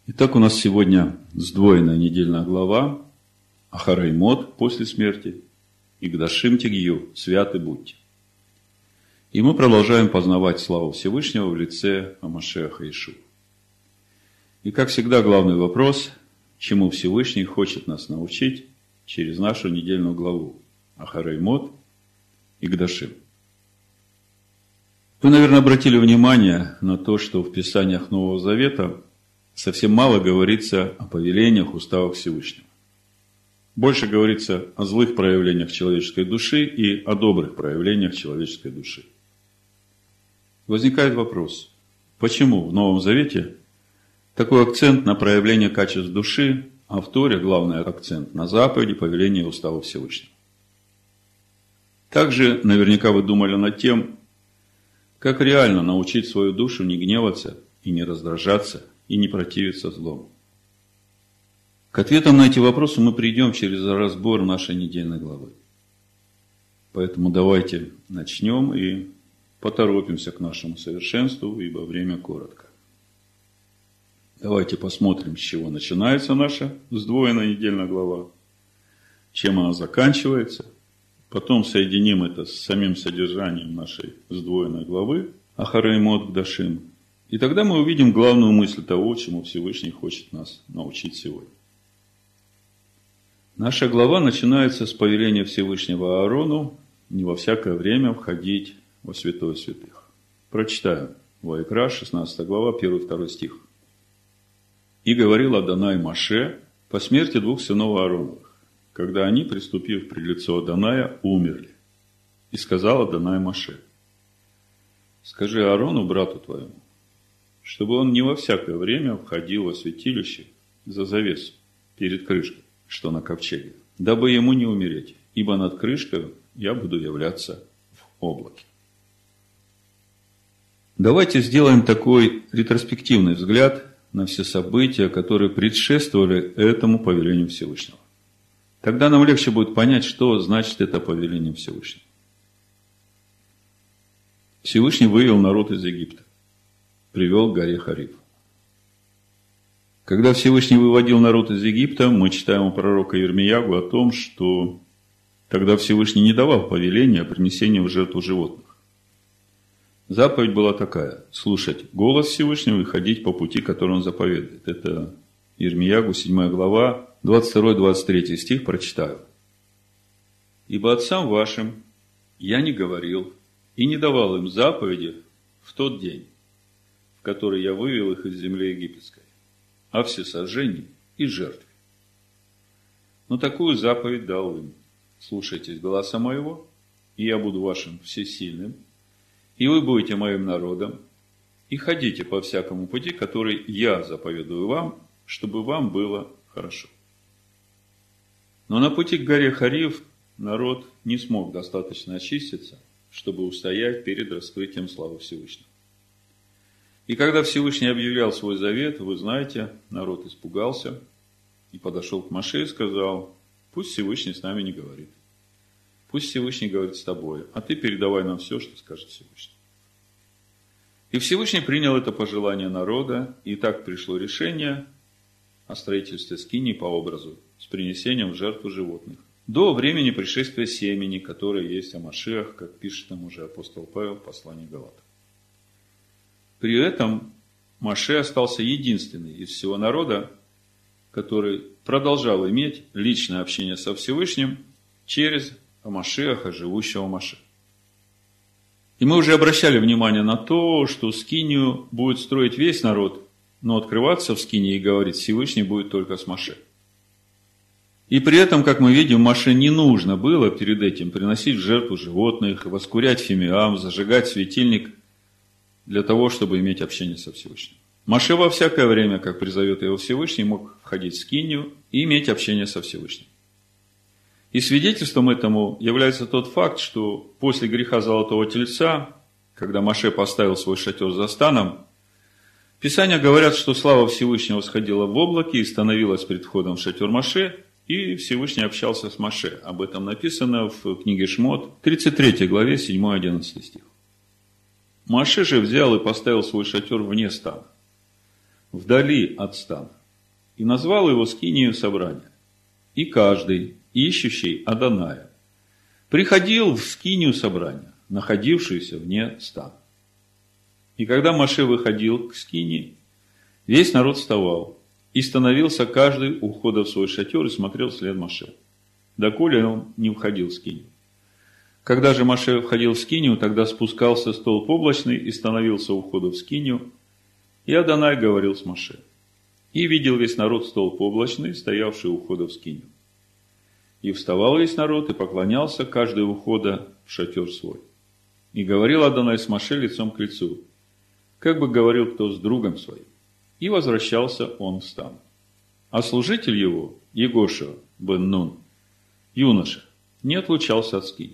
Итак, у нас сегодня сдвоенная недельная глава Ахарей Мот после смерти и Гдашим Тигью, святы будьте. И мы продолжаем познавать славу Всевышнего в лице Машиаха Иешуа. И как всегда главный вопрос, чему Всевышний хочет нас научить через нашу недельную главу Ахарей Мот и Гдашим. Вы, наверное, обратили внимание на то, что в Писаниях Нового Завета совсем мало говорится о повелениях, уставах Всевышнего. Больше говорится о злых проявлениях человеческой души и о добрых проявлениях человеческой души. Возникает вопрос, почему в Новом Завете такой акцент на проявление качеств души, а в Торе главный акцент на заповеди, повеления и уставы Всевышнего? Также наверняка вы думали над тем, как реально научить свою душу не гневаться и не раздражаться, и не противиться злому. К ответам на эти вопросы мы придем через разбор нашей недельной главы. Поэтому давайте начнем и поторопимся к нашему совершенству, ибо время коротко. Давайте посмотрим, с чего начинается наша сдвоенная недельная глава, чем она заканчивается. Потом соединим это с самим содержанием нашей сдвоенной главы Ахарей Мот Гдашим. И тогда мы увидим главную мысль того, чему Всевышний хочет нас научить сегодня. Наша глава начинается с повеления Всевышнего Аарону не во всякое время входить во святое святых. Прочитаем. Ваикра, 16 глава, 1-2 стих. «И говорил Адонай Моше по смерти двух сынов Аароновых, когда они, приступив пред лицо Адоная, умерли. И сказал Адонай Моше: скажи Аарону, брату твоему, чтобы он не во всякое время входил во святилище за завесу перед крышкой, что на ковчеге, дабы ему не умереть, ибо над крышкой я буду являться в облаке». Давайте сделаем такой ретроспективный взгляд на все события, которые предшествовали этому повелению Всевышнего. Тогда нам легче будет понять, что значит это повеление Всевышнего. Всевышний вывел народ из Египта, привел к горе Хорив. Когда Всевышний выводил народ из Египта, мы читаем у пророка Ирмиягу о том, что тогда Всевышний не давал повеления о принесении в жертву животных. Заповедь была такая: слушать голос Всевышнего и ходить по пути, который он заповедует. Это Ирмиягу, 7 глава, 22-23 стих, прочитаю. «Ибо отцам вашим я не говорил и не давал им заповеди в тот день, в который я вывел их из земли египетской, о всесожжении и жертве. Но такую заповедь дал им: слушайтесь гласа моего, и я буду вашим всесильным, и вы будете моим народом, и ходите по всякому пути, который я заповедую вам, чтобы вам было хорошо». Но на пути к горе Хорив народ не смог достаточно очиститься, чтобы устоять перед раскрытием славы Всевышнего. И когда Всевышний объявлял свой завет, вы знаете, народ испугался и подошел к Моше и сказал: пусть Всевышний с нами не говорит. Пусть Всевышний говорит с тобой, а ты передавай нам все, что скажет Всевышний. И Всевышний принял это пожелание народа, и так пришло решение о строительстве скинии по образу, с принесением в жертву животных, до времени пришествия семени, которое есть о Машиах, как пишет нам уже апостол Павел в послании Галатам. При этом Моше остался единственный из всего народа, который продолжал иметь личное общение со Всевышним через Машиаха, живущего Моше. И мы уже обращали внимание на то, что скинию будет строить весь народ, но открываться в скинии и говорить Всевышний будет только с Моше. И при этом, как мы видим, Моше не нужно было перед этим приносить в жертву животных, воскурять фимиам, зажигать светильник для того, чтобы иметь общение со Всевышним. Моше во всякое время, как призовет его Всевышний, мог входить в скинию и иметь общение со Всевышним. И свидетельством этому является тот факт, что после греха Золотого Тельца, когда Моше поставил свой шатер за станом, Писания говорят, что слава Всевышнего сходила в облаке и становилась пред входом в шатер Моше, и Всевышний общался с Моше. Об этом написано в книге Шмот, 33 главе, 7-11 стих. Моше же взял и поставил свой шатер вне стана, вдали от стана, и назвал его скинию собрания. И каждый, ищущий Адоная, приходил в скинию собрания, находившуюся вне стана. И когда Моше выходил к скинии, весь народ вставал, и становился каждый у входа в свой шатер и смотрел вслед Моше, доколе он не входил в скинию. Когда же Моше входил в скинию, тогда спускался столб облачный и становился у входа в скинию, и Адонай говорил с Моше. И видел весь народ столб облачный, стоявший у входа в скинию. И вставал весь народ и поклонялся каждый у входа в шатер свой. И говорил Адонай с Моше лицом к лицу, как бы говорил кто с другом своим. И возвращался он в стан. А служитель его, Егошуа бен Нун, юноша, не отлучался от скинии.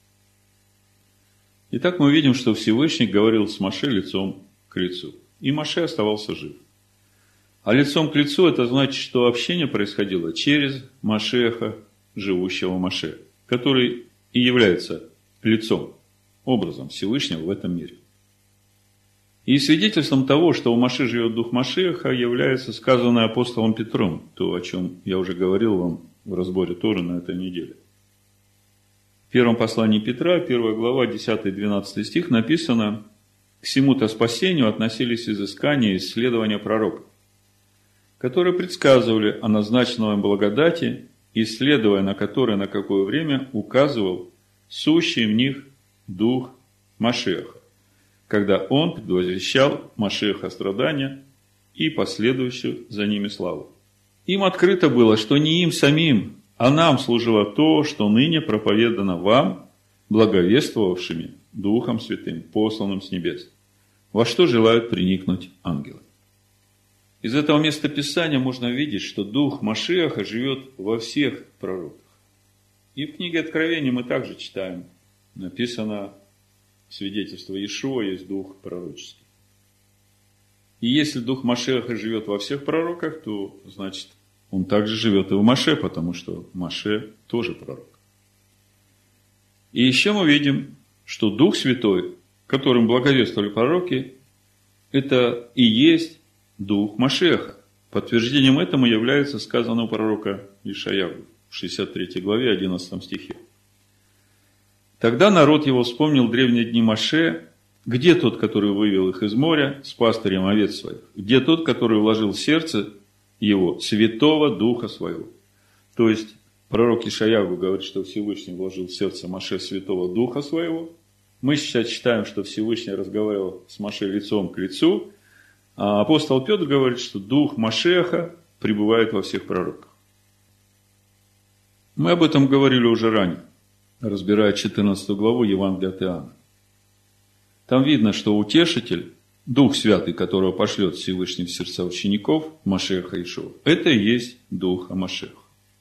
Итак, мы видим, что Всевышний говорил с Моше лицом к лицу. И Моше оставался жив. А лицом к лицу это значит, что общение происходило через Машеха, живущего Моше, который и является лицом, образом Всевышнего в этом мире. И свидетельством того, что у Моше живет дух Машеха, является сказанное апостолом Петром, то, о чем я уже говорил вам в разборе Торы на этой неделе. В первом послании Петра, 1 глава, 10-12 стих написано: «К сему-то спасению относились изыскания и исследования пророков, которые предсказывали о назначенной им благодати, исследуя на которой на какое время указывал сущий в них дух Машеха, когда он предвозвещал Машеха страдания и последующую за ними славу. Им открыто было, что не им самим, а нам служило то, что ныне проповедано вам, благовествовавшими Духом Святым, посланным с небес, во что желают приникнуть ангелы». Из этого места Писания можно видеть, что Дух Машиаха живет во всех пророках. И в книге Откровения мы также читаем, написано свидетельство Иешуа есть Дух пророческий. И если Дух Машиаха живет во всех пророках, то значит он также живет и в Моше, потому что Моше тоже пророк. И еще мы видим, что Дух Святой, которым благовествовали пророки, это и есть Дух Машеха. Подтверждением этому является сказанное у пророка Ишаяху в 63 главе 11 стихе. «Тогда народ его вспомнил древние дни Моше, где тот, который вывел их из моря с пастырем овец своих, где тот, который вложил в сердце его святого Духа своего». То есть пророк Ишаяху говорит, что Всевышний вложил в сердце Моше святого Духа своего. Мы сейчас считаем, что Всевышний разговаривал с Моше лицом к лицу, а апостол Петр говорит, что Дух Машеха пребывает во всех пророках. Мы об этом говорили уже ранее, разбирая 14 главу Евангелия от Иоанна. Там видно, что утешитель, Дух Святый, которого пошлет Всевышний в сердца учеников, Машеха Иешуа, это и есть Дух Машеха.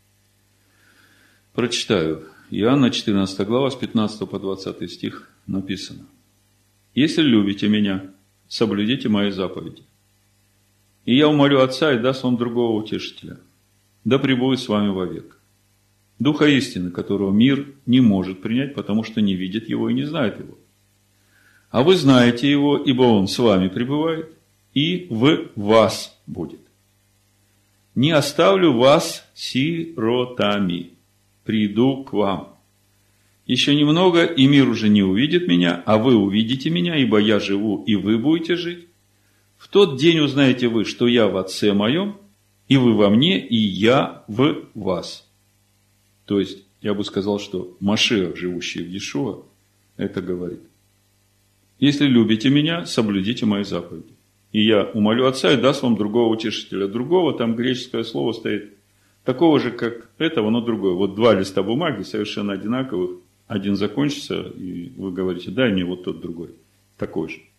Прочитаю. Иоанна 14 глава, с 15 по 20 стих написано: «Если любите меня, соблюдите мои заповеди. И я умолю Отца, и даст вам другого утешителя, да пребудет с вами вовек. Духа истины, которого мир не может принять, потому что не видит его и не знает его. А вы знаете его, ибо он с вами пребывает и в вас будет. Не оставлю вас сиротами, приду к вам. Еще немного, и мир уже не увидит меня, а вы увидите меня, ибо я живу, и вы будете жить. В тот день узнаете вы, что я в Отце моем, и вы во мне, и я в вас». То есть, я бы сказал, что Машиах, живущий в Иешуа, это говорит: «Если любите меня, соблюдите мои заповеди. И я умолю Отца, и даст вам другого утешителя». Другого, там греческое слово стоит, такого же, как этого, но другое. Вот два листа бумаги, совершенно одинаковых, один закончится, и вы говорите: дай мне вот тот другой, такой же.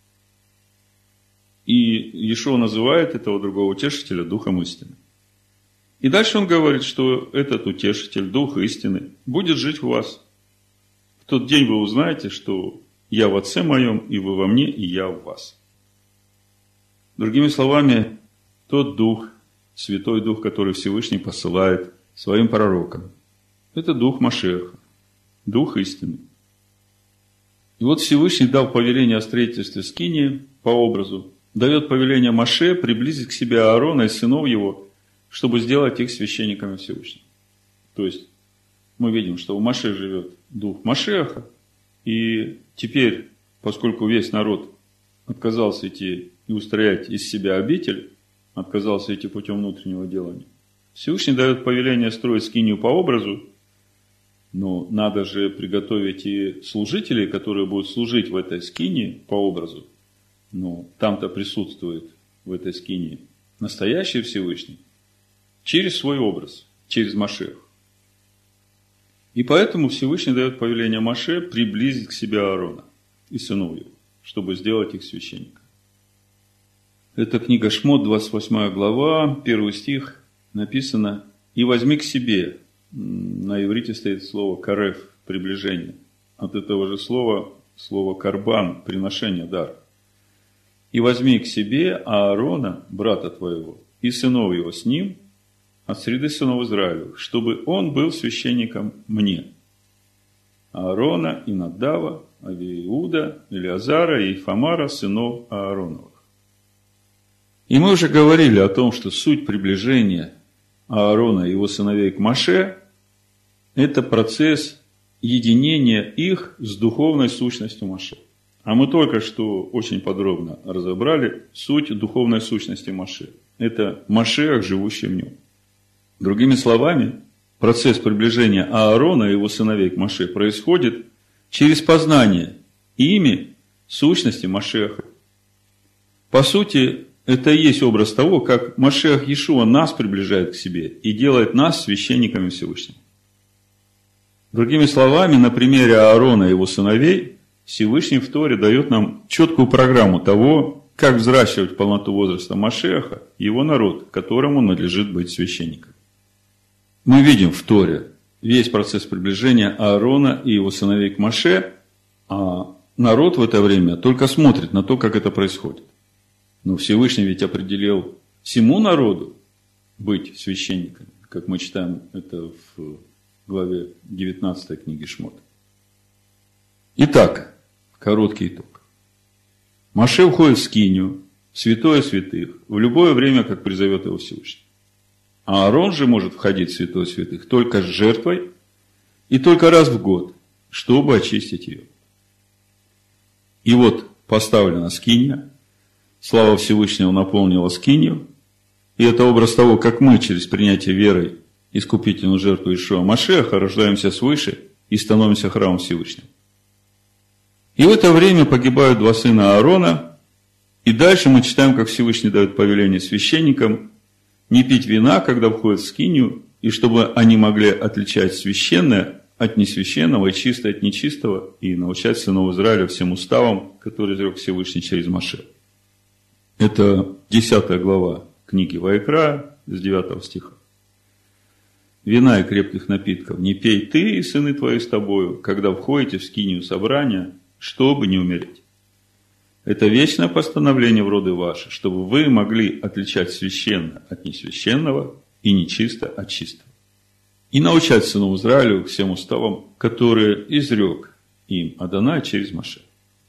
И Иешуа называет этого другого утешителя Духом истины. И дальше он говорит, что этот утешитель, Дух истины, будет жить в вас. В тот день вы узнаете, что я в Отце моем, и вы во мне, и я в вас. Другими словами, тот Дух, Святой Дух, который Всевышний посылает своим пророкам, это Дух Машеха, Дух истины. И вот Всевышний дал повеление о строительстве скинии по образу, дает повеление Моше приблизить к себе Аарона и сынов его чтобы сделать их священниками Всевышнего. То есть, мы видим, что в Моше живет дух Машеха, и теперь, поскольку весь народ отказался идти и устроять из себя обитель, отказался идти путем внутреннего делания, Всевышний дает повеление строить скинию по образу, но надо же приготовить и служителей, которые будут служить в этой скинии по образу. Но там-то присутствует в этой скинии настоящий Всевышний через свой образ, через Машех. И поэтому Всевышний дает повеление Моше приблизить к себе Аарона и сынов его, чтобы сделать их священниками. Это книга Шмот, 28 глава, 1 стих, написано: «И возьми к себе». На иврите стоит слово «карев» – приближение. От этого же слова слово «карбан» – приношение, дар. «И возьми к себе Аарона, брата твоего, и сынов его с ним, от среды сынов Израилю, чтобы он был священником мне». Аарона и Надава, Авиуда, Илиазара и Ифамара, сынов Аароновых. И мы уже говорили о том, что суть приближения Аарона и его сыновей к Моше – это процесс единения их с духовной сущностью Моше. А мы только что очень подробно разобрали суть духовной сущности Моше. Это Машиах, живущий в нем. Другими словами, процесс приближения Аарона и его сыновей к Моше происходит через познание ими сущности Машиаха. По сути, это и есть образ того, как Машиах Иешуа нас приближает к себе и делает нас священниками Всевышнего. Другими словами, на примере Аарона и его сыновей Всевышний в Торе дает нам четкую программу того, как взращивать полноту возраста Машиаха его народ, которому надлежит быть священником. Мы видим в Торе весь процесс приближения Аарона и его сыновей к Моше, а народ в это время только смотрит на то, как это происходит. Но Всевышний ведь определил всему народу быть священниками, как мы читаем это в главе 19 книги Шмот. Итак, короткий итог. Моше уходит в скинию, в святое святых, в любое время, как призовет его Всевышний. А Аарон же может входить в святое святых только с жертвой и только раз в год, чтобы очистить ее. И вот поставлена скиния, слава Всевышнего наполнила скинию, и это образ того, как мы через принятие верой искупительную жертву Иешуа Машиаха рождаемся свыше и становимся храмом Всевышнего. И в это время погибают два сына Аарона, и дальше мы читаем, как Всевышний дает повеление священникам не пить вина, когда входят в скинию, и чтобы они могли отличать священное от несвященного и чистое от нечистого, и научать сынов Израиля всем уставам, которые изрек Всевышний через Моше. Это 10 глава книги Ваикра с 9 стиха. «Вина и крепких напитков не пей ты и сыны твои с тобою, когда входите в скинию собрания, чтобы не умереть. Это вечное постановление в роды ваши, чтобы вы могли отличать священное от несвященного и нечисто от чистого. И научать сынов Израилю всем уставам, которые изрек им Адонай через Моше».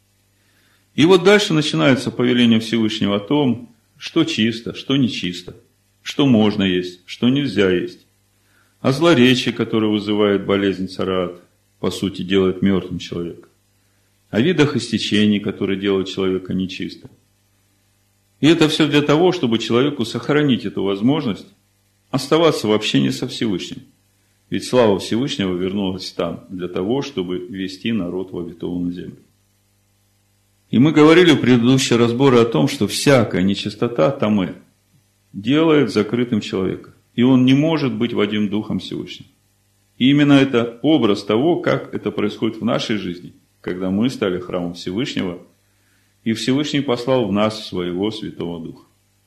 И вот дальше начинается повеление Всевышнего о том, что чисто, что нечисто, что можно есть, что нельзя есть. О злоречии, которое вызывает болезнь царат, по сути, делает мертвым человека. О видах истечений, которые делают человека нечистым. И это все для того, чтобы человеку сохранить эту возможность оставаться в общении со Всевышним. Ведь слава Всевышнего вернулась там для того, чтобы вести народ в обетованную землю. И мы говорили в предыдущем разборе о том, что всякая нечистота тамэ делает закрытым человека. И он не может быть водим Духом Всевышним. И именно это образ того, как это происходит в нашей жизни, когда мы стали храмом Всевышнего, и Всевышний послал в нас своего Святого Духа.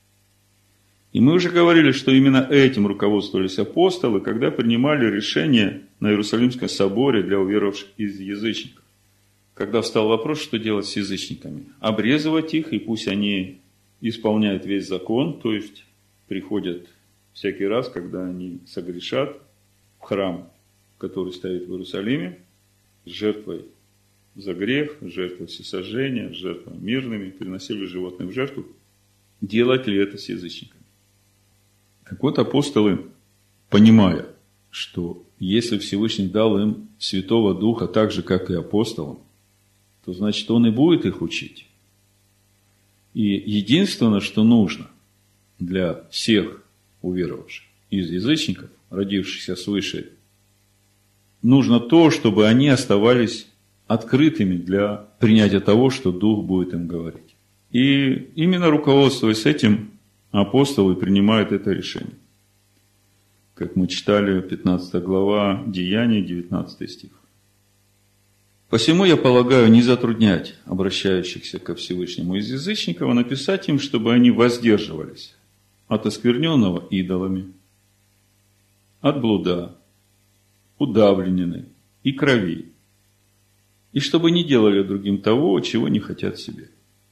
И мы уже говорили, что именно этим руководствовались апостолы, когда принимали решение на Иерусалимском соборе для уверовавших из язычников. Когда встал вопрос, что делать с язычниками. Обрезывать их, и пусть они исполняют весь закон, то есть приходят всякий раз, когда они согрешат в храм, который стоит в Иерусалиме, с жертвой за грех, с жертвой всесожжения, с жертвами мирными, приносили животных в жертву. Делать ли это с язычниками? Так вот, апостолы, понимая, что если Всевышний дал им Святого Духа так же, как и апостолам, то значит, Он и будет их учить. И единственное, что нужно для всех уверовавших из язычников, родившихся свыше, нужно то, чтобы они оставались открытыми для принятия того, что Дух будет им говорить. И именно руководствуясь этим, апостолы принимают это решение. Как мы читали, 15 глава, Деяний, 19 стих. «Посему я полагаю не затруднять обращающихся ко Всевышнему из язычников, а написать им, чтобы они воздерживались от оскверненного идолами, от блуда, удавленины и крови, и чтобы не делали другим того, чего не хотят себе.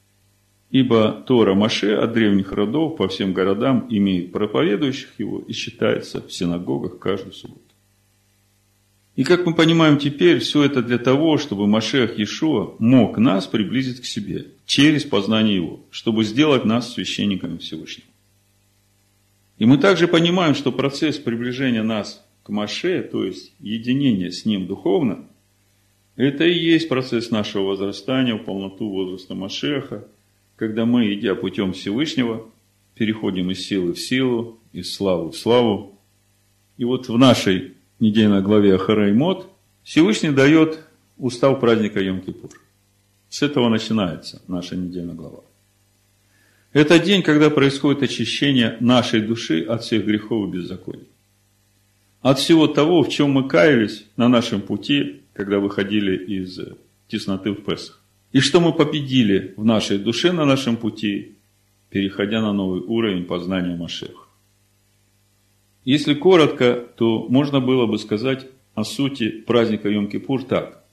Ибо Тора Моше от древних родов по всем городам имеет проповедующих его и считается в синагогах каждую субботу». И как мы понимаем теперь, все это для того, чтобы Машиах Иешуа мог нас приблизить к себе через познание Его, чтобы сделать нас священниками Всевышнего. И мы также понимаем, что процесс приближения нас к Моше, то есть единение с Ним духовно, это и есть процесс нашего возрастания в полноту возраста Машиаха, когда мы, идя путем Всевышнего, переходим из силы в силу, из славы в славу. И вот в нашей недельной главе Ахарей Мот Всевышний дает устав праздника Йом-Кипур. С этого начинается наша недельная глава. Это день, когда происходит очищение нашей души от всех грехов и беззаконий. От всего того, в чем мы каялись на нашем пути, когда выходили из тесноты в Песах. И что мы победили в нашей душе на нашем пути, переходя на новый уровень познания Машиаха. Если коротко, то можно было бы сказать о сути праздника Йом-Кипур так.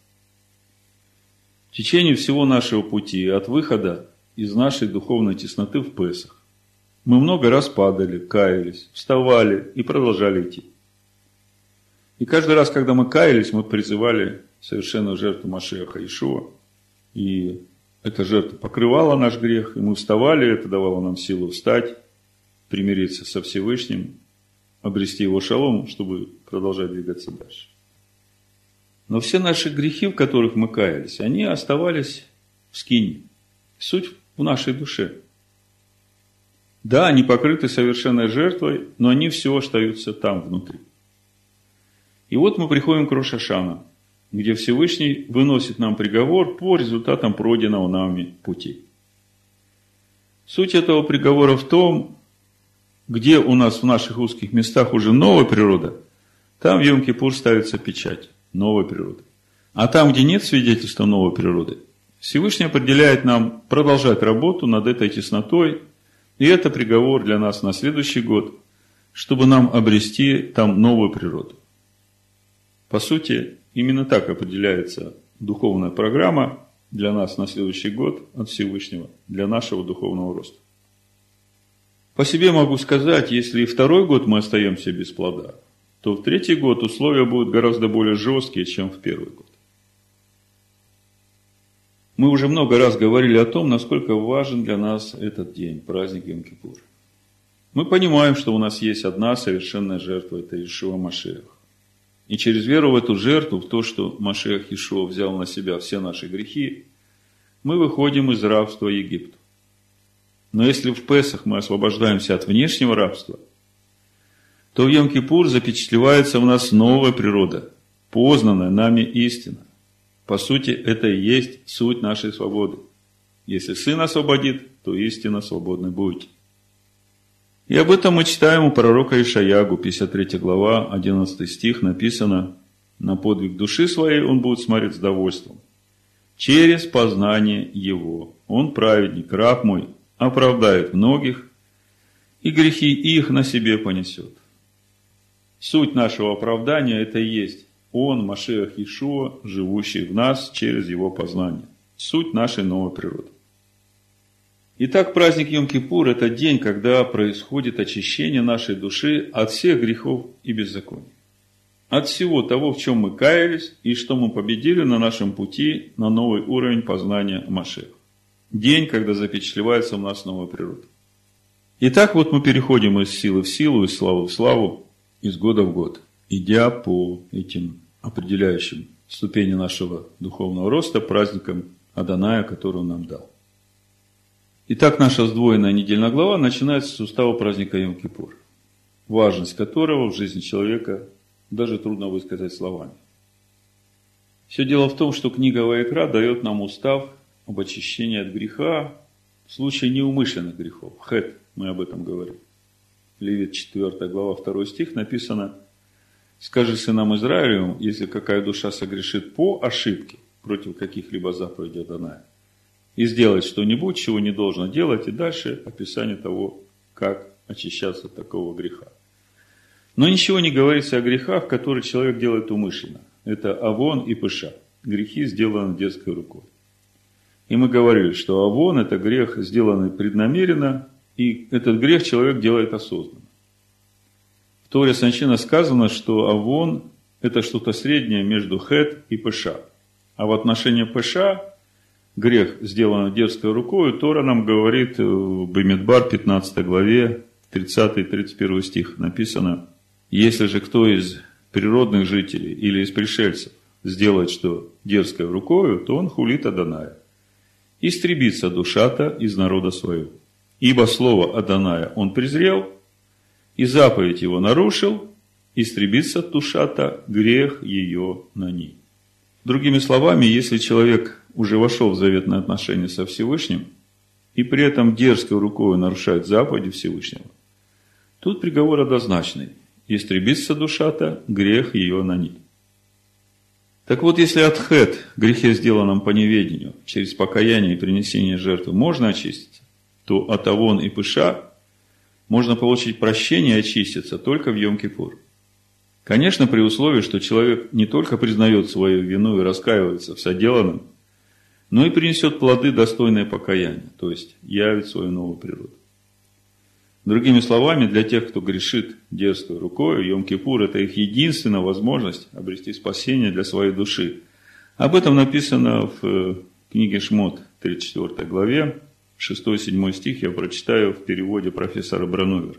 В течение всего нашего пути, от выхода из нашей духовной тесноты в Песах, мы много раз падали, каялись, вставали и продолжали идти. И каждый раз, когда мы каялись, мы призывали совершенную жертву Машиаха Иешуа. И эта жертва покрывала наш грех, и мы вставали, это давало нам силу встать, примириться со Всевышним, обрести его шалом, чтобы продолжать двигаться дальше. Но все наши грехи, в которых мы каялись, они оставались в скине. Суть в нашей душе. Да, они покрыты совершенной жертвой, но они все остаются там, внутри. И вот мы приходим к Рош ха-Шана, где Всевышний выносит нам приговор по результатам пройденного нами пути. Суть этого приговора в том, где у нас в наших узких местах уже новая природа, там в Йом-Кипур ставится печать новой природы. А там, где нет свидетельства новой природы, Всевышний определяет нам продолжать работу над этой теснотой, и это приговор для нас на следующий год, чтобы нам обрести там новую природу. По сути, именно так определяется духовная программа для нас на следующий год от Всевышнего, для нашего духовного роста. По себе могу сказать, если и второй год мы остаемся без плода, то в третий год условия будут гораздо более жесткие, чем в первый год. Мы уже много раз говорили о том, насколько важен для нас этот день, праздник Йом-Кипур. Мы понимаем, что у нас есть одна совершенная жертва, это Иешуа Машиах. И через веру в эту жертву, в то, что Машиах Иешуа взял на себя все наши грехи, мы выходим из рабства Египту. Но если в Песах мы освобождаемся от внешнего рабства, то в Йом-Кипур запечатлевается в нас новая природа, познанная нами истина. По сути, это и есть суть нашей свободы. Если Сын освободит, то истинно свободны будете. И об этом мы читаем у пророка Ишаягу, 53 глава, 11 стих, написано: «На подвиг души своей он будет смотреть с довольством. Через познание его он, праведник, раб мой, оправдает многих, и грехи их на себе понесет». Суть нашего оправдания – это и есть Он, Машиах Иешуа, живущий в нас через Его познание. Суть нашей новой природы. Итак, праздник Йом-Кипур – это день, когда происходит очищение нашей души от всех грехов и беззаконий. От всего того, в чем мы каялись, и что мы победили на нашем пути на новый уровень познания Машиаха. День, когда запечатлевается в нас новая природа. И так вот мы переходим из силы в силу, из славы в славу, из года в год, идя по этим определяющим ступени нашего духовного роста праздникам Адоная, который он нам дал. Итак, наша сдвоенная недельная глава начинается с устава праздника Йом-Кипур, важность которого в жизни человека даже трудно высказать словами. Все дело в том, что книга Ваикра дает нам устав об очищении от греха в случае неумышленных грехов. Хет, мы об этом говорим. Левит 4 глава 2 стих написано: «Скажи сынам Израилевым, если какая душа согрешит по ошибке против каких-либо заповедей Адоная, и сделать что-нибудь, чего не должно делать», и дальше описание того, как очищаться от такого греха. Но ничего не говорится о грехах, которые человек делает умышленно. Это авон и пыша. Грехи, сделанные детской рукой. И мы говорили, что авон – это грех, сделанный преднамеренно, и этот грех человек делает осознанно. В Торе Санчина сказано, что авон – это что-то среднее между хет и пыша. А в отношении пыша, грех, сделанный детской рукой, Тора нам говорит в Бамидбар 15 главе 30-31 стих написано: «Если же кто из природных жителей или из пришельцев сделает что дерзкое рукою, то он хулит Адоная. Истребится душа-то из народа своего. Ибо слово Адоная он презрел, и заповедь его нарушил, истребится душа-то, грех ее на ней». Другими словами, если человек уже вошел в заветное отношение со Всевышним, и при этом дерзкой рукой нарушает заповеди Всевышнего, тут приговор однозначный: истребится душа-то, грех ее на ней. Так вот, если от хет, грехе, сделанном по неведению, через покаяние и принесение жертвы, можно очиститься, то от авон и пыша можно получить прощение и очиститься только в Йом-Кипур. Конечно, при условии, что человек не только признает свою вину и раскаивается в соделанном, но и принесет плоды, достойные покаяния, то есть явит свою новую природу. Другими словами, для тех, кто грешит дерзкой рукой, Йом-Кипур – это их единственная возможность обрести спасение для своей души. Об этом написано в книге Шмот, 34 главе, 6-7 стих, я прочитаю в переводе профессора Бранувера.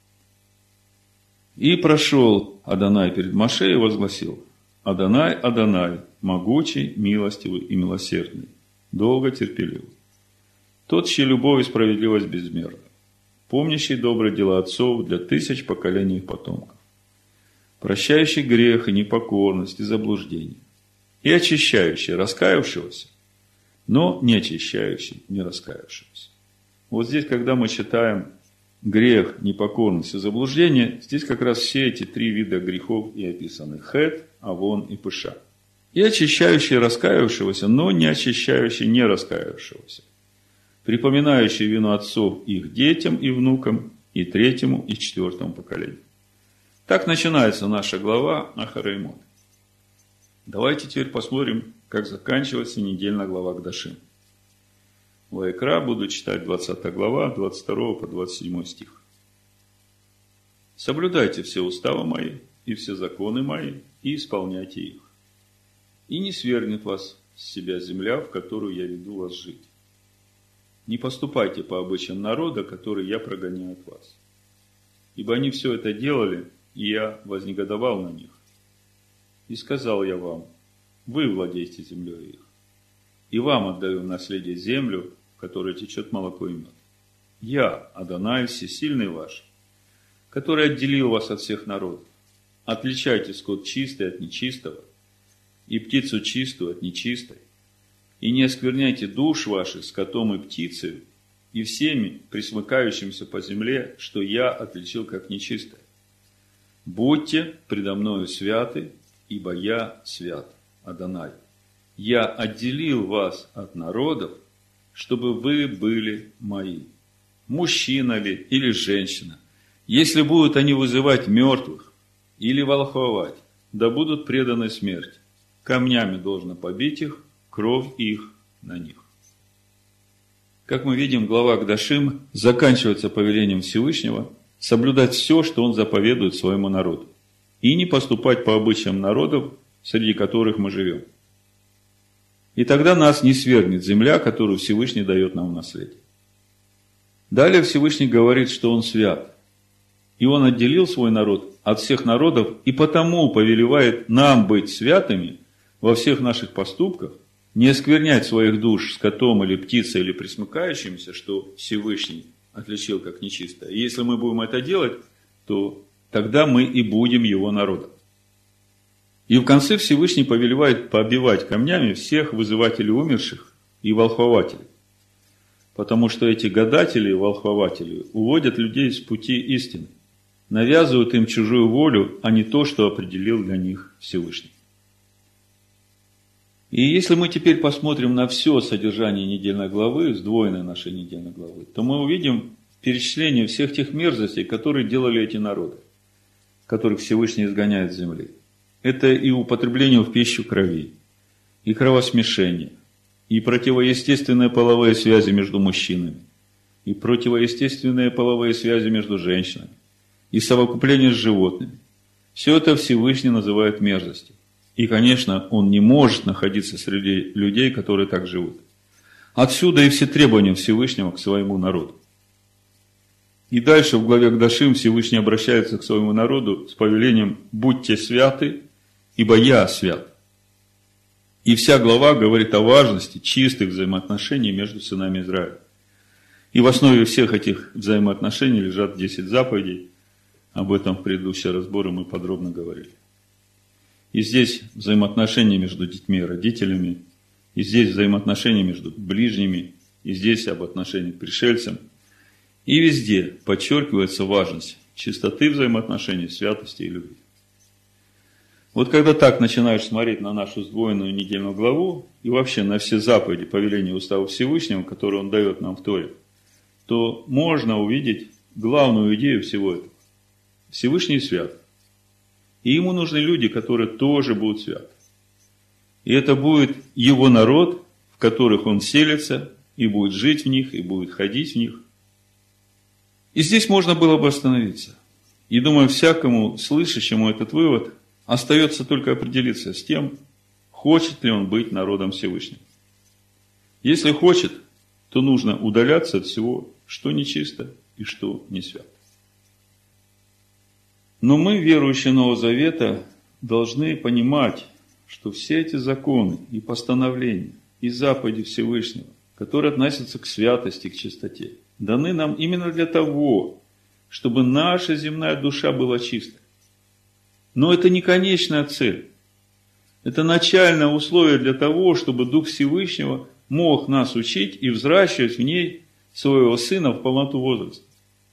«И прошел Адонай перед Моше и возгласил: Адонай, Адонай, могучий, милостивый и милосердный, долго терпеливый, тот, чья любовь и справедливость безмерна, помнящий добрые дела отцов для 1000 поколений их потомков, прощающий грех и непокорность и заблуждение, и очищающий раскаявшегося, но не очищающий не раскаявшегося». Вот здесь, когда мы читаем грех, непокорность и заблуждение, здесь как раз все эти 3 вида грехов и описаны: хет, авон и пыша. И очищающий раскаявшегося, но не очищающий не раскаявшегося, припоминающий вину отцов их детям и внукам, и 3-му, и 4-му поколению. Так начинается наша глава Ахар-и-Мот. Давайте теперь посмотрим, как заканчивается недельная глава Кдашим. Ваикра буду читать 20 глава, 22 по 27 стих. «Соблюдайте все уставы мои и все законы мои, и исполняйте их. И не свергнет вас с себя земля, в которую я веду вас жить. Не поступайте по обычаям народа, который я прогоняю от вас. Ибо они все это делали, и я вознегодовал на них. И сказал я вам: вы владеете землей их, и вам отдаю в наследие землю, в которой течет молоко и мед. Я, Адонай, всесильный ваш, который отделил вас от всех народов. Отличайте скот чистый от нечистого, и птицу чистую от нечистой, и не оскверняйте душ ваших скотом и птицей, и всеми присмыкающимся по земле, что я отличил как нечистое. Будьте предо мною святы, ибо я свят, Адонай. Я отделил вас от народов, чтобы вы были мои. Мужчина ли или женщина, если будут они вызывать мертвых или волхвовать, да будут преданы смерти. Камнями должно побить их, кровь их на них». Как мы видим, глава Кдашим заканчивается повелением Всевышнего соблюдать все, что он заповедует своему народу, и не поступать по обычаям народов, среди которых мы живем. И тогда нас не свергнет земля, которую Всевышний дает нам в наследие. Далее Всевышний говорит, что Он свят. И Он отделил свой народ от всех народов, и потому повелевает нам быть святыми во всех наших поступках, не осквернять своих душ скотом или птицей или пресмыкающимся, что Всевышний отличил как нечистое. И если мы будем это делать, то тогда мы и будем Его народом. И в конце Всевышний повелевает побивать камнями всех вызывателей умерших и волхвователей. Потому что эти гадатели и волхвователи уводят людей с пути истины, навязывают им чужую волю, а не то, что определил для них Всевышний. И если мы теперь посмотрим на все содержание недельной главы, сдвоенной нашей недельной главы, то мы увидим перечисление всех тех мерзостей, которые делали эти народы, которых Всевышний изгоняет с земли. Это и употребление в пищу крови, и кровосмешение, и противоестественные половые связи между мужчинами, и противоестественные половые связи между женщинами, и совокупление с животными. Все это Всевышний называет мерзостью. И, конечно, он не может находиться среди людей, которые так живут. Отсюда и все требования Всевышнего к своему народу. И дальше в главе Кдашим Всевышний обращается к своему народу с повелением «Будьте святы, ибо я свят». И вся глава говорит о важности чистых взаимоотношений между сынами Израиля. И в основе всех этих взаимоотношений лежат 10 заповедей. Об этом в предыдущие разборы мы подробно говорили. И здесь взаимоотношения между детьми и родителями, и здесь взаимоотношения между ближними, и здесь об отношениях к пришельцам. И везде подчеркивается важность чистоты взаимоотношений, святости и любви. Вот когда так начинаешь смотреть на нашу сдвоенную недельную главу и вообще на все заповеди, повеления устава Всевышнего, которые Он дает нам в Торе, то можно увидеть главную идею всего этого. Всевышний свят. И Ему нужны люди, которые тоже будут святы. И это будет Его народ, в которых Он селится, и будет жить в них, и будет ходить в них. И здесь можно было бы остановиться. И думаю, всякому слышащему этот вывод остается только определиться с тем, хочет ли он быть народом Всевышнего. Если хочет, то нужно удаляться от всего, что нечисто и что не свято. Но мы, верующие Нового Завета, должны понимать, что все эти законы и постановления, и заповеди Всевышнего, которые относятся к святости, к чистоте, даны нам именно для того, чтобы наша земная душа была чистой. Но это не конечная цель. Это начальное условие для того, чтобы Дух Всевышнего мог нас учить и взращивать в ней своего Сына в полноту возраста.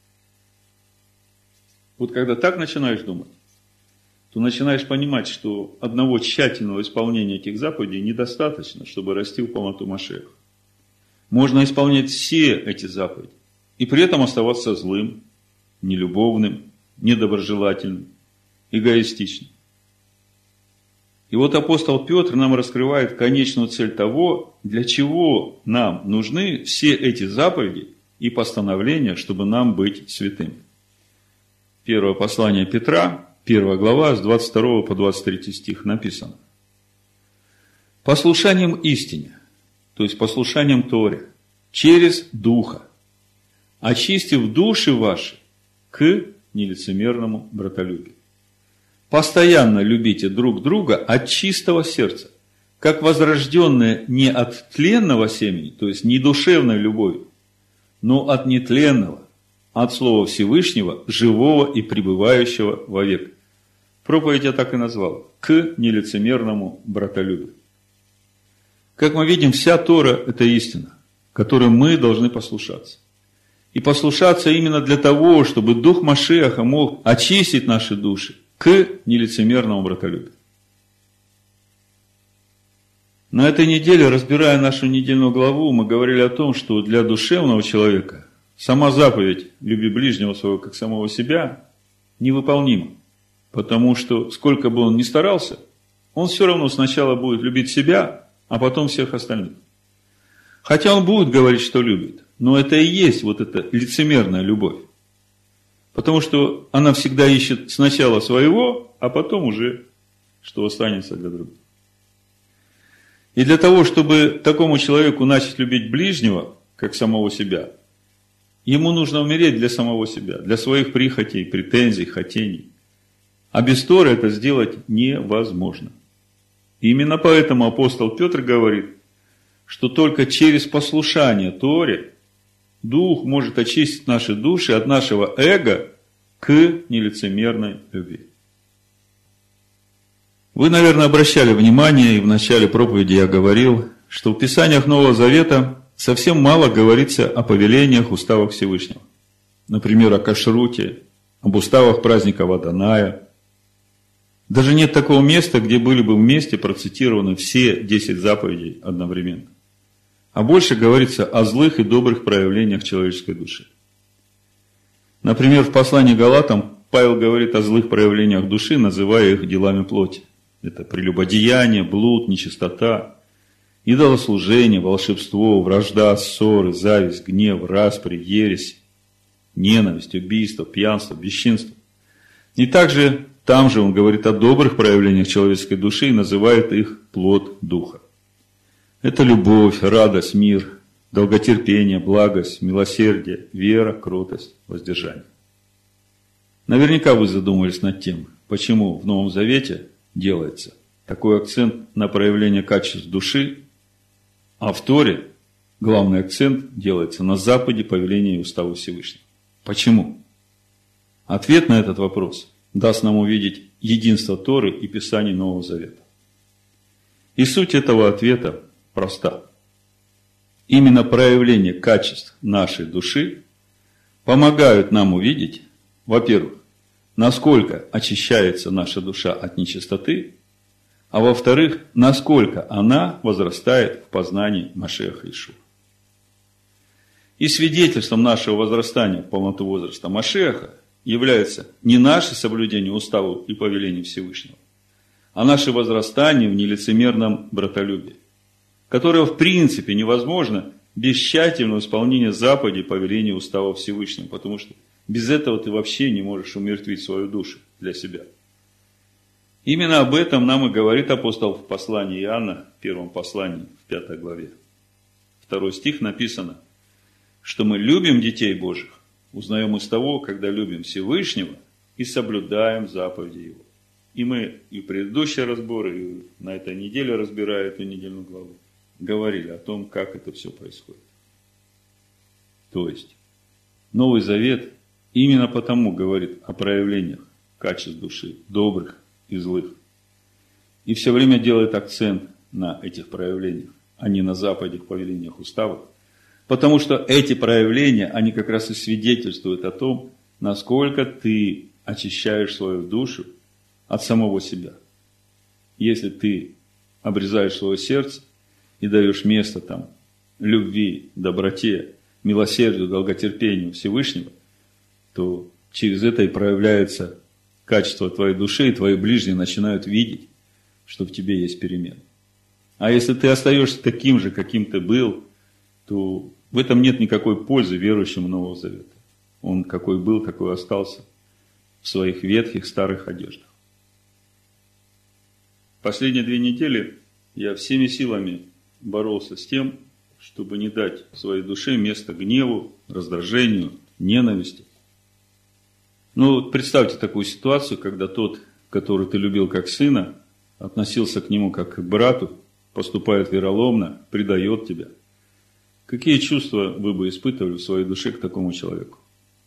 Вот когда так начинаешь думать, то начинаешь понимать, что одного тщательного исполнения этих заповедей недостаточно, чтобы расти в полноту Машиаха. Можно исполнять все эти заповеди и при этом оставаться злым, нелюбовным, недоброжелательным, эгоистичным. И вот апостол Петр нам раскрывает конечную цель того, для чего нам нужны все эти заповеди и постановления, чтобы нам быть святыми. Первое послание Петра, 1 глава, с 22 по 23 стих написано. Послушанием истине, то есть послушанием Торе, через Духа, очистив души ваши к нелицемерному братолюбию. Постоянно любите друг друга от чистого сердца, как возрожденные не от тленного семени, то есть не душевной любовью, но от нетленного, от Слова Всевышнего, живого и пребывающего вовек. Проповедь я так и назвал. К нелицемерному братолюбию. Как мы видим, вся Тора – это истина, которой мы должны послушаться. И послушаться именно для того, чтобы Дух Машиаха мог очистить наши души к нелицемерному братолюбию. На этой неделе, разбирая нашу недельную главу, мы говорили о том, что для душевного человека сама заповедь «люби ближнего своего, как самого себя» невыполнима. Потому что, сколько бы он ни старался, он все равно сначала будет любить себя, а потом всех остальных. Хотя он будет говорить, что любит, но это и есть вот эта лицемерная любовь. Потому что она всегда ищет сначала своего, а потом уже, что останется для других. И для того, чтобы такому человеку начать любить ближнего, как самого себя, Ему нужно умереть для самого себя, для своих прихотей, претензий, хотений. А без Торы это сделать невозможно. И именно поэтому апостол Петр говорит, что только через послушание Торе Дух может очистить наши души от нашего эго к нелицемерной любви. Вы, наверное, обращали внимание, и в начале проповеди я говорил, что в Писаниях Нового Завета совсем мало говорится о повелениях, уставах Всевышнего. Например, о кашруте, об уставах праздника Водоная. Даже нет такого места, где были бы вместе процитированы все 10 заповедей одновременно. А больше говорится о злых и добрых проявлениях человеческой души. Например, в послании к Галатам Павел говорит о злых проявлениях души, называя их делами плоти. Это прелюбодеяние, блуд, нечистота, идолослужение, волшебство, вражда, ссоры, зависть, гнев, распри, ересь, ненависть, убийство, пьянство, бесчинство. И также там же он говорит о добрых проявлениях человеческой души и называет их плод духа. Это любовь, радость, мир, долготерпение, благость, милосердие, вера, кротость, воздержание. Наверняка вы задумались над тем, почему в Новом Завете делается такой акцент на проявление качеств души, а в Торе главный акцент делается на Западе повеления и устава Всевышнего. Почему? Ответ на этот вопрос даст нам увидеть единство Торы и Писаний Нового Завета. И суть этого ответа проста. Именно проявление качеств нашей души помогают нам увидеть, во-первых, насколько очищается наша душа от нечистоты, а во-вторых, насколько она возрастает в познании Машиаха Иешуа. И свидетельством нашего возрастания в полноту возраста Машиаха является не наше соблюдение уставов и повелений Всевышнего, а наше возрастание в нелицемерном братолюбии, которое в принципе невозможно без тщательного исполнения заповедей, повелений, устава Всевышнего, потому что без этого ты вообще не можешь умертвить свою душу для себя. Именно об этом нам и говорит апостол в послании Иоанна, в первом послании, в 5 главе. 2 стих написано, что мы любим детей Божьих, узнаем из того, когда любим Всевышнего и соблюдаем заповеди Его. И мы и в предыдущие разборы, и на этой неделе, разбирая эту недельную главу, говорили о том, как это все происходит. То есть, Новый Завет именно потому говорит о проявлениях качеств души, добрых и злых. И все время делает акцент на этих проявлениях, а не на заповедях, повелениях, уставах. Потому что эти проявления, они как раз и свидетельствуют о том, насколько ты очищаешь свою душу от самого себя. Если ты обрезаешь свое сердце и даешь место там любви, доброте, милосердию, долготерпению Всевышнего, то через это и проявляется качество твоей души, и твои ближние начинают видеть, что в тебе есть перемена. А если ты остаешься таким же, каким ты был, то в этом нет никакой пользы верующему Нового Завета. Он какой был, такой остался в своих ветхих старых одеждах. Последние 2 недели я всеми силами боролся с тем, чтобы не дать своей душе место гневу, раздражению, ненависти. Ну, представьте такую ситуацию, когда тот, который ты любил как сына, относился к нему как к брату, поступает вероломно, предает тебя. Какие чувства вы бы испытывали в своей душе к такому человеку?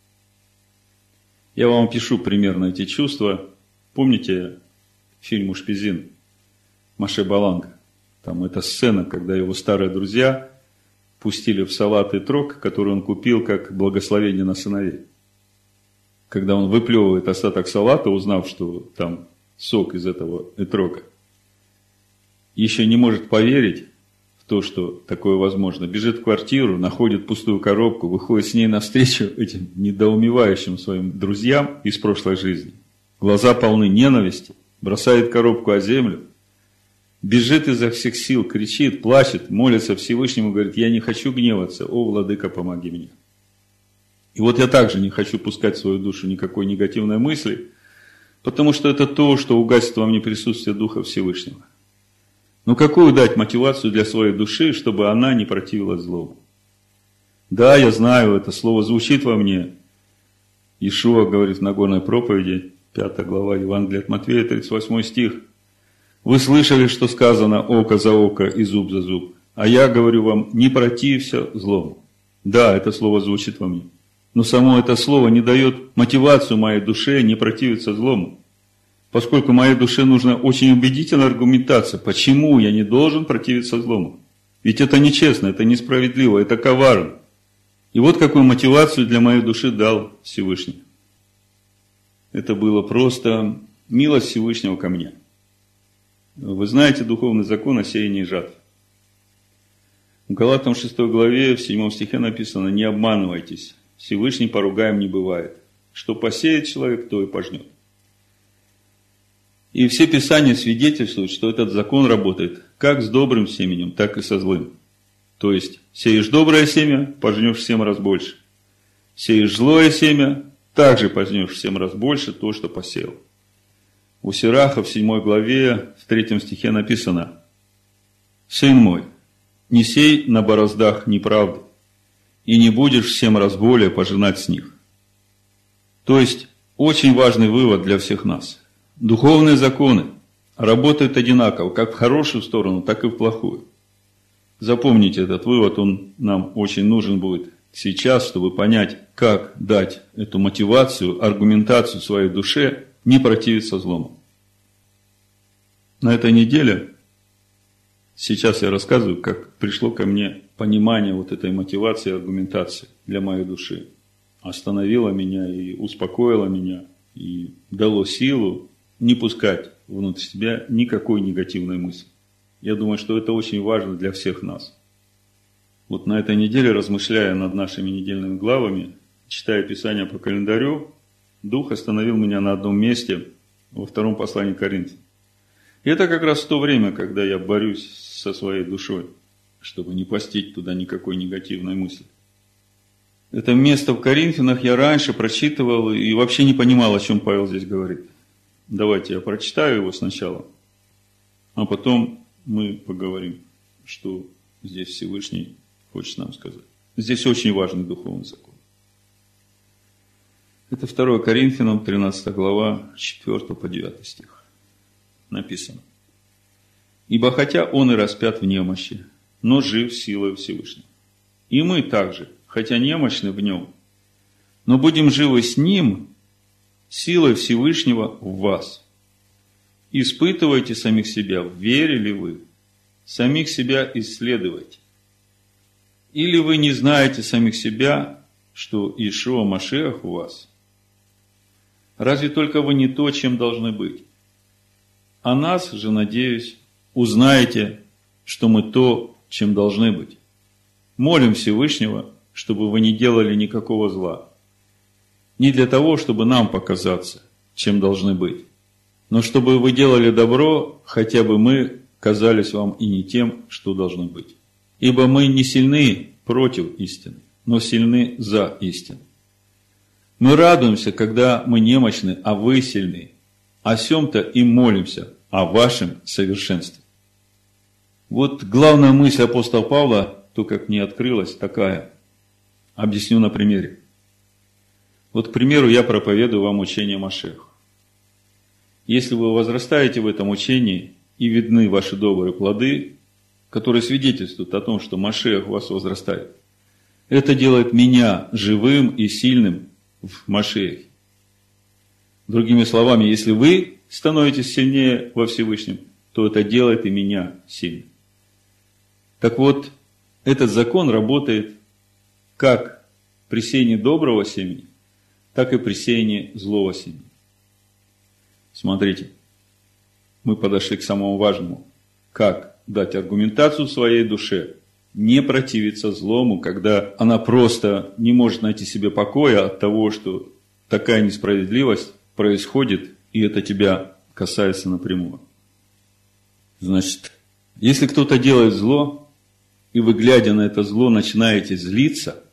Я вам опишу примерно эти чувства. Помните фильм «Ушпизин» Моше Баланга? Там эта сцена, когда его старые друзья пустили в салат этрог, который он купил как благословение на сыновей. Когда он выплевывает остаток салата, узнав, что там сок из этого этрога, еще не может поверить в то, что такое возможно. Бежит в квартиру, находит пустую коробку, выходит с ней навстречу этим недоумевающим своим друзьям из прошлой жизни. Глаза полны ненависти, бросает коробку о землю, бежит изо всех сил, кричит, плачет, молится Всевышнему, говорит: я не хочу гневаться, о, Владыка, помоги мне. И вот я также не хочу пускать в свою душу никакой негативной мысли, потому что это то, что угасит во мне присутствие Духа Всевышнего. Но какую дать мотивацию для своей души, чтобы она не противилась злому? Да, я знаю, это слово звучит во мне. Иешуа говорит в Нагорной проповеди, 5 глава Евангелия от Матфея, 38 стих. Вы слышали, что сказано око за око и зуб за зуб. А я говорю вам, не протився злому. Да, это слово звучит во мне. Но само это слово не дает мотивацию моей душе не противиться злому. Поскольку моей душе нужна очень убедительная аргументация, почему я не должен противиться злому. Ведь это нечестно, это несправедливо, это коварно. И вот какую мотивацию для моей души дал Всевышний. Это было просто милость Всевышнего ко мне. Вы знаете духовный закон о сеянии и жатве. В Галатам 6 главе, в 7 стихе написано: не обманывайтесь, Всевышний поругаем не бывает. Что посеет человек, то и пожнет. И все Писания свидетельствуют, что этот закон работает как с добрым семенем, так и со злым. То есть, сеешь доброе семя, пожнешь в 7 раз больше. Сеешь злое семя, также пожнешь в 7 раз больше то, что посеял. У Сираха в 7 главе, в 3 стихе написано: «Сын мой, не сей на бороздах неправды, и не будешь в 7 раз более пожинать с них». То есть, очень важный вывод для всех нас. Духовные законы работают одинаково, как в хорошую сторону, так и в плохую. Запомните этот вывод, он нам очень нужен будет сейчас, чтобы понять, как дать эту мотивацию, аргументацию своей душе не противиться злому. На этой неделе, сейчас я рассказываю, как пришло ко мне понимание вот этой мотивации и аргументации для моей души. Остановило меня и успокоило меня, и дало силу не пускать внутрь себя никакой негативной мысли. Я думаю, что это очень важно для всех нас. Вот на этой неделе, размышляя над нашими недельными главами, читая Писание по календарю, Дух остановил меня на одном месте во 2 послании к Коринфянам. И это как раз в то время, когда я борюсь со своей душой, чтобы не постить туда никакой негативной мысли. Это место в Коринфянах я раньше прочитывал и вообще не понимал, о чем Павел здесь говорит. Давайте я прочитаю его сначала, а потом мы поговорим, что здесь Всевышний хочет нам сказать. Здесь очень важный духовный закон. Это 2 Коринфянам, 13 глава, 4 по 9 стих. Написано: «Ибо хотя он и распят в немощи, но жив силой Всевышнего. И мы также, хотя немощны в нем, но будем живы с ним силой Всевышнего в вас. Испытывайте самих себя, в вере ли вы, самих себя исследуйте. Или вы не знаете самих себя, что Иешуа Машиах у вас? Разве только вы не то, чем должны быть? А нас же, надеюсь, узнаете, что мы то, чем должны быть. Молим Всевышнего, чтобы вы не делали никакого зла. Не для того, чтобы нам показаться, чем должны быть, но чтобы вы делали добро, хотя бы мы казались вам и не тем, что должны быть. Ибо мы не сильны против истины, но сильны за истину. Мы радуемся, когда мы немощны, а вы сильны. О сем-то и молимся, о вашем совершенстве». Вот главная мысль апостола Павла, то, как мне открылась, такая. Объясню на примере. Вот, к примеру, я проповедую вам учение Машиаха. Если вы возрастаете в этом учении и видны ваши добрые плоды, которые свидетельствуют о том, что Машиах в вас возрастает, это делает меня живым и сильным в Машиахе. Другими словами, если вы становитесь сильнее во Всевышнем, то это делает и меня сильным. Так вот, этот закон работает как при сеянии доброго семени, так и при сеянии злого семени. Смотрите, мы подошли к самому важному. Как дать аргументацию своей душе, не противиться злому, когда она просто не может найти себе покоя от того, что такая несправедливость происходит, и это тебя касается напрямую. Значит, если кто-то делает зло, и вы, глядя на это зло, начинаете злиться,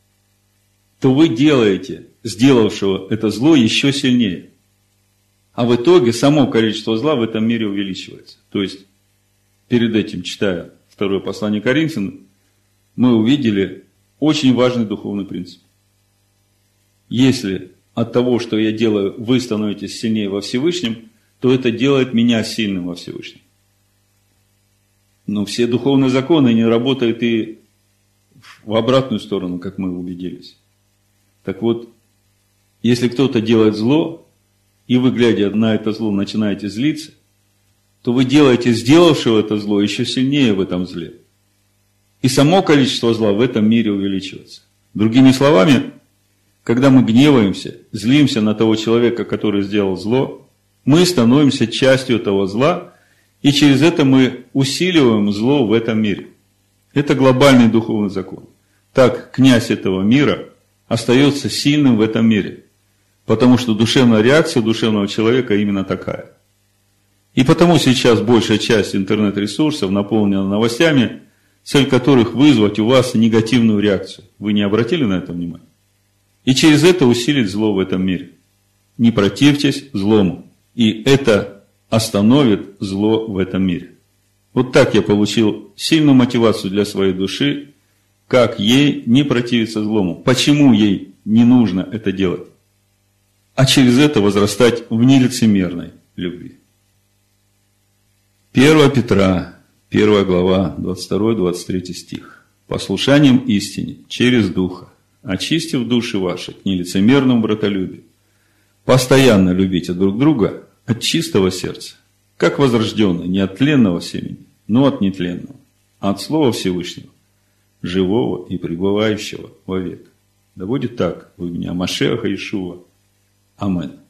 то вы делаете сделавшего это зло еще сильнее. А в итоге само количество зла в этом мире увеличивается. То есть, перед этим, читая 2 послание к Коринфянам, мы увидели, очень важный духовный принцип. Если от того, что я делаю, вы становитесь сильнее во Всевышнем, то это делает меня сильным во Всевышнем. Но все духовные законы не работают и в обратную сторону, как мы убедились. Так вот, если кто-то делает зло, и вы, глядя на это зло, начинаете злиться, то вы делаете сделавшего это зло еще сильнее в этом зле. И само количество зла в этом мире увеличивается. Другими словами, когда мы гневаемся, злимся на того человека, который сделал зло, мы становимся частью этого зла, и через это мы усиливаем зло в этом мире. Это глобальный духовный закон. Так князь этого мира остается сильным в этом мире, потому что душевная реакция душевного человека именно такая. И потому сейчас большая часть интернет-ресурсов наполнена новостями, цель которых вызвать у вас негативную реакцию. Вы не обратили на это внимание? И через это усилить зло в этом мире. Не противьтесь злому. И это остановит зло в этом мире. Вот так я получил сильную мотивацию для своей души, как ей не противиться злому. Почему ей не нужно это делать? А через это возрастать в нелицемерной любви. 1 Петра, 1 глава, 22-23 стих. «Послушанием истине, через Духа, очистив души ваши к нелицемерному братолюбию, постоянно любите друг друга от чистого сердца, как возрожденные, не от тленного семени, но от нетленного, от Слова Всевышнего, живого и пребывающего вовек. Да будет так в имя Машеха Иешуа. Аминь».